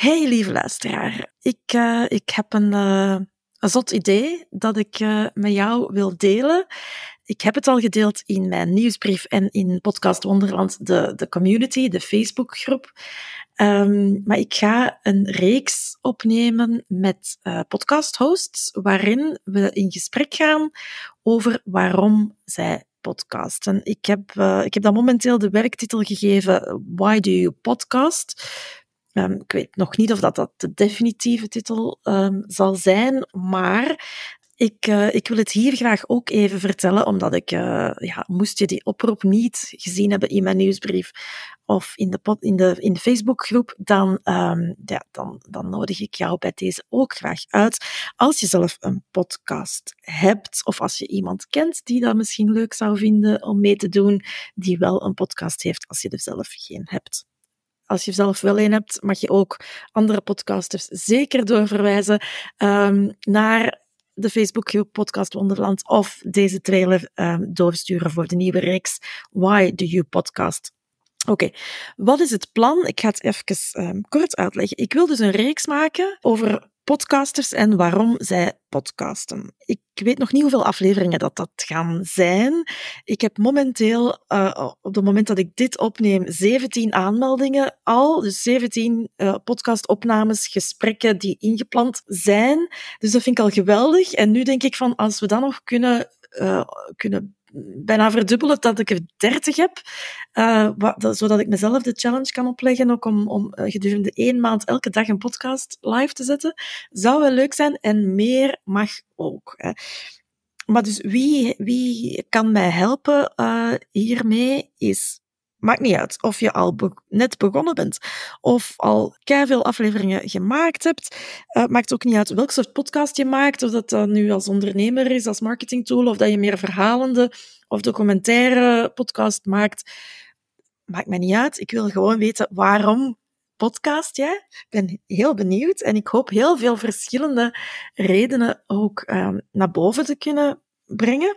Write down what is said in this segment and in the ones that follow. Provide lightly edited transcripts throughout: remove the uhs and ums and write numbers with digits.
Hey, lieve luisteraar. Ik heb een zot idee dat ik met jou wil delen. Ik heb het al gedeeld in mijn nieuwsbrief en in Podcast Wonderland, de community, de Facebookgroep. Maar ik ga een reeks opnemen met podcasthosts, waarin we in gesprek gaan over waarom zij podcasten. Ik heb dat momenteel de werktitel gegeven, Why Do You Podcast? Ik weet nog niet of dat de definitieve titel zal zijn, maar ik wil het hier graag ook even vertellen, omdat moest je die oproep niet gezien hebben in mijn nieuwsbrief of in de Facebookgroep, dan nodig ik jou bij deze ook graag uit. Als je zelf een podcast hebt, of als je iemand kent die dat misschien leuk zou vinden om mee te doen, die wel een podcast heeft als je er zelf geen hebt. Als je zelf wel een hebt, mag je ook andere podcasters zeker doorverwijzen naar de Facebookgroep Podcast Wonderland of deze trailer doorsturen voor de nieuwe reeks Why Do You Podcast? Oké, wat is het plan? Ik ga het even kort uitleggen. Ik wil dus een reeks maken over podcasters en waarom zij podcasten. Ik weet nog niet hoeveel afleveringen dat gaan zijn. Ik heb momenteel, op het moment dat ik dit opneem, 17 aanmeldingen al. Dus 17 podcastopnames, gesprekken die ingepland zijn. Dus dat vind ik al geweldig. En nu denk ik van, als we dan nog kunnen bijna verdubbelen, dat ik er 30 heb, zodat ik mezelf de challenge kan opleggen ook om gedurende 1 maand elke dag een podcast live te zetten. Zou wel leuk zijn en meer mag ook. Maar dus wie kan mij helpen hiermee maakt niet uit of je al net begonnen bent of al keiveel afleveringen gemaakt hebt. Maakt ook niet uit welk soort podcast je maakt, of dat nu als ondernemer is, als marketingtool, of dat je meer verhalende of documentaire podcast maakt. Maakt mij niet uit. Ik wil gewoon weten waarom podcast jij. Ik ben heel benieuwd en ik hoop heel veel verschillende redenen ook naar boven te kunnen brengen.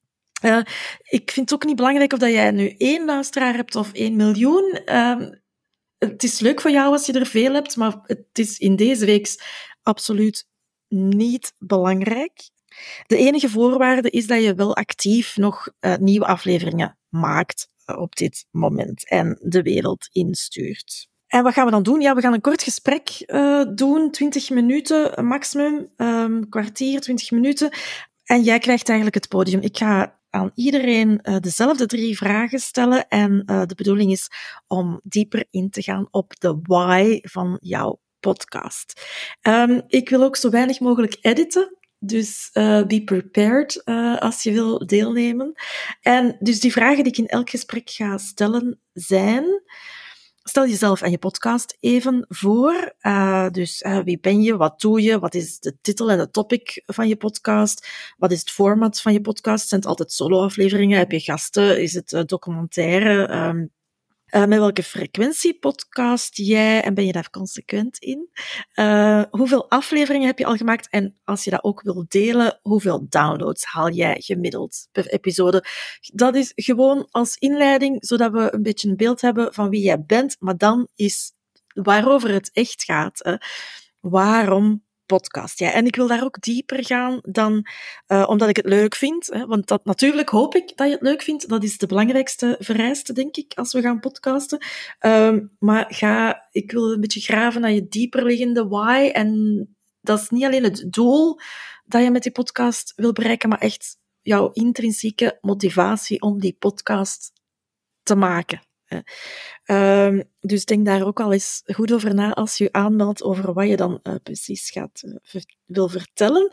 Ik vind het ook niet belangrijk of dat jij nu 1 luisteraar hebt of 1 miljoen. Het is leuk voor jou als je er veel hebt, maar het is in deze reeks absoluut niet belangrijk. De enige voorwaarde is dat je wel actief nog nieuwe afleveringen maakt op dit moment en de wereld instuurt. En wat gaan we dan doen? Ja, we gaan een kort gesprek doen, 20 minuten maximum, kwartier, 20 minuten. En jij krijgt eigenlijk het podium. Ik ga aan iedereen dezelfde 3 vragen stellen en de bedoeling is om dieper in te gaan op de why van jouw podcast. Ik wil ook zo weinig mogelijk editen. Dus be prepared als je wil deelnemen. En dus die vragen die ik in elk gesprek ga stellen zijn: stel jezelf en je podcast even voor. Wie ben je? Wat doe je? Wat is de titel en de topic van je podcast? Wat is het format van je podcast? Zijn het altijd solo-afleveringen? Heb je gasten? Is het documentaire? Met welke frequentie podcast jij en ben je daar consequent in? Hoeveel afleveringen heb je al gemaakt? En als je dat ook wilt delen, hoeveel downloads haal jij gemiddeld per episode? Dat is gewoon als inleiding, zodat we een beetje een beeld hebben van wie jij bent, maar dan is waarover het echt gaat. Waarom podcast jij? En ik wil daar ook dieper gaan dan omdat ik het leuk vind. Want dat natuurlijk hoop ik dat je het leuk vindt. Dat is de belangrijkste vereiste, denk ik, als we gaan podcasten. Maar ik wil een beetje graven naar je dieperliggende why. En dat is niet alleen het doel dat je met die podcast wil bereiken, maar echt jouw intrinsieke motivatie om die podcast te maken. Dus denk daar ook al eens goed over na als je je aanmeldt over wat je dan precies wil vertellen.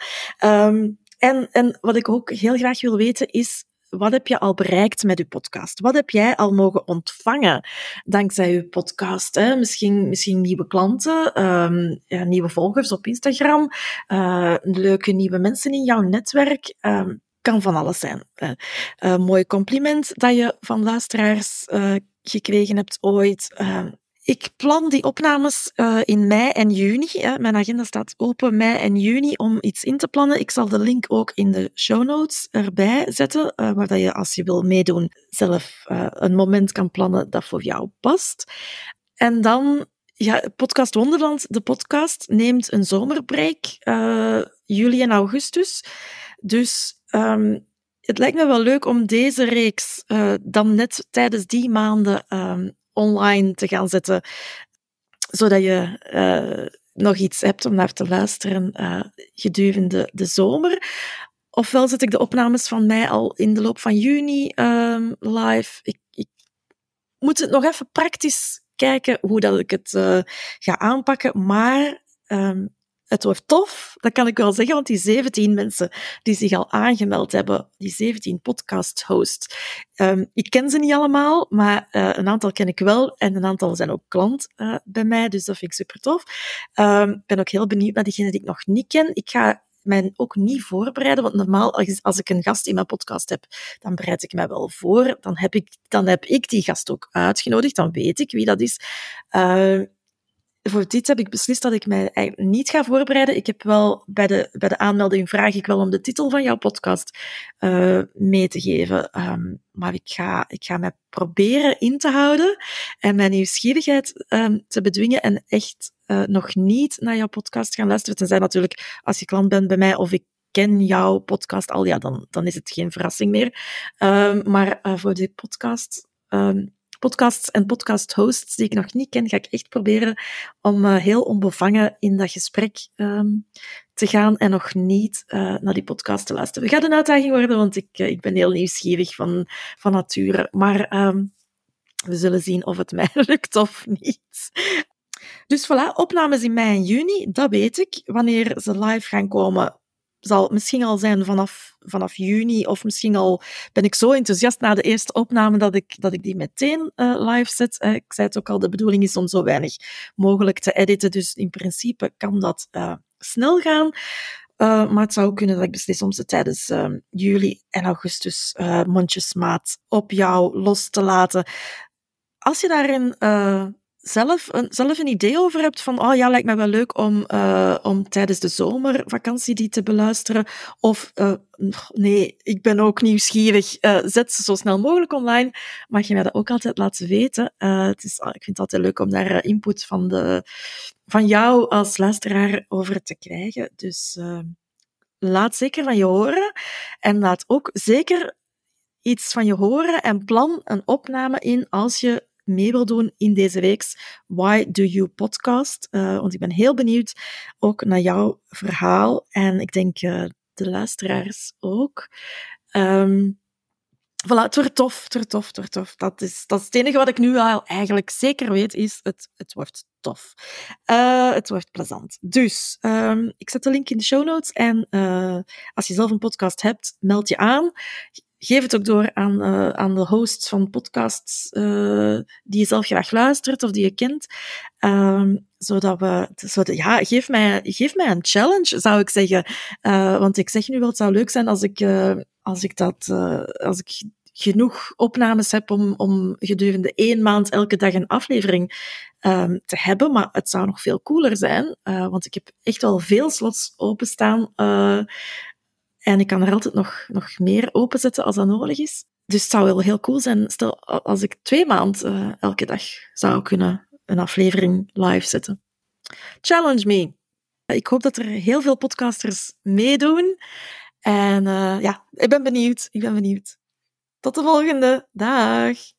En wat ik ook heel graag wil weten is: wat heb je al bereikt met je podcast? Wat heb jij al mogen ontvangen dankzij je podcast? Misschien nieuwe klanten, nieuwe volgers op Instagram, leuke nieuwe mensen in jouw netwerk. Kan van alles zijn. Mooi compliment dat je van luisteraars gekregen hebt ooit. Ik plan die opnames in mei en juni. Mijn agenda staat open mei en juni om iets in te plannen. Ik zal de link ook in de show notes erbij zetten, waar dat je, als je wil meedoen, zelf een moment kan plannen dat voor jou past. En dan Ja, Podcast Wonderland, de podcast, neemt een zomerbreak, juli en augustus. Dus het lijkt me wel leuk om deze reeks dan net tijdens die maanden online te gaan zetten, zodat je nog iets hebt om naar te luisteren gedurende de zomer. Ofwel zet ik de opnames van mij al in de loop van juni live. Ik moet het nog even praktisch kijken hoe dat ik het ga aanpakken. Maar het wordt tof, dat kan ik wel zeggen, want die 17 mensen die zich al aangemeld hebben, die 17 podcast-hosts, ik ken ze niet allemaal, maar een aantal ken ik wel en een aantal zijn ook klant bij mij, dus dat vind ik super tof. Ik ben ook heel benieuwd naar diegenen die ik nog niet ken. Ik ga mij ook niet voorbereiden, want normaal als ik een gast in mijn podcast heb, dan bereid ik mij wel voor. Dan heb ik die gast ook uitgenodigd, dan weet ik wie dat is. Voor dit heb ik beslist dat ik mij eigenlijk niet ga voorbereiden. Ik heb wel bij de aanmelding vraag ik wel om de titel van jouw podcast mee te geven. Maar ik ga mij proberen in te houden en mijn nieuwsgierigheid te bedwingen en echt nog niet naar jouw podcast gaan luisteren. Tenzij natuurlijk, als je klant bent bij mij of ik ken jouw podcast al, ja, dan is het geen verrassing meer. Maar voor die podcasts en podcast-hosts die ik nog niet ken, ga ik echt proberen om heel onbevangen in dat gesprek te gaan en nog niet naar die podcast te luisteren. Het gaat een uitdaging worden, want ik ben heel nieuwsgierig van nature. Maar we zullen zien of het mij lukt of niet. Dus voilà, opnames in mei en juni, dat weet ik. Wanneer ze live gaan komen, zal misschien al zijn vanaf juni, of misschien al ben ik zo enthousiast na de eerste opname dat ik die meteen live zet. Ik zei het ook al, de bedoeling is om zo weinig mogelijk te editen, dus in principe kan dat snel gaan. Maar het zou kunnen dat ik beslis om ze tijdens juli en augustus mondjesmaat op jou los te laten. Als je daarin zelf een idee over hebt van, oh ja, lijkt me wel leuk om tijdens de zomervakantie die te beluisteren. Of, nee, ik ben ook nieuwsgierig. Zet ze zo snel mogelijk online. Mag je mij dat ook altijd laten weten. Ik vind het altijd leuk om daar input van jou als luisteraar over te krijgen. Dus laat zeker van je horen. En laat ook zeker iets van je horen en plan een opname in als je mee wil doen in deze reeks Why Do You Podcast? Want ik ben heel benieuwd ook naar jouw verhaal en ik denk de luisteraars ook. Voilà, het wordt tof. Dat is het enige wat ik nu al eigenlijk zeker weet, is het wordt tof. Het wordt plezant. Dus, ik zet de link in de show notes en als je zelf een podcast hebt, meld je aan. Geef het ook door aan de hosts van podcasts die je zelf graag luistert of die je kent. Geef mij een challenge, zou ik zeggen. Want ik zeg nu wel, het zou leuk zijn als ik genoeg opnames heb om gedurende 1 maand elke dag een aflevering te hebben. Maar het zou nog veel cooler zijn, want ik heb echt wel veel slots openstaan. En ik kan er altijd nog meer openzetten als dat nodig is. Dus het zou wel heel cool zijn, stel als ik 2 maanden elke dag zou kunnen een aflevering live zetten. Challenge me. Ik hoop dat er heel veel podcasters meedoen. En ik ben benieuwd. Tot de volgende. Dag.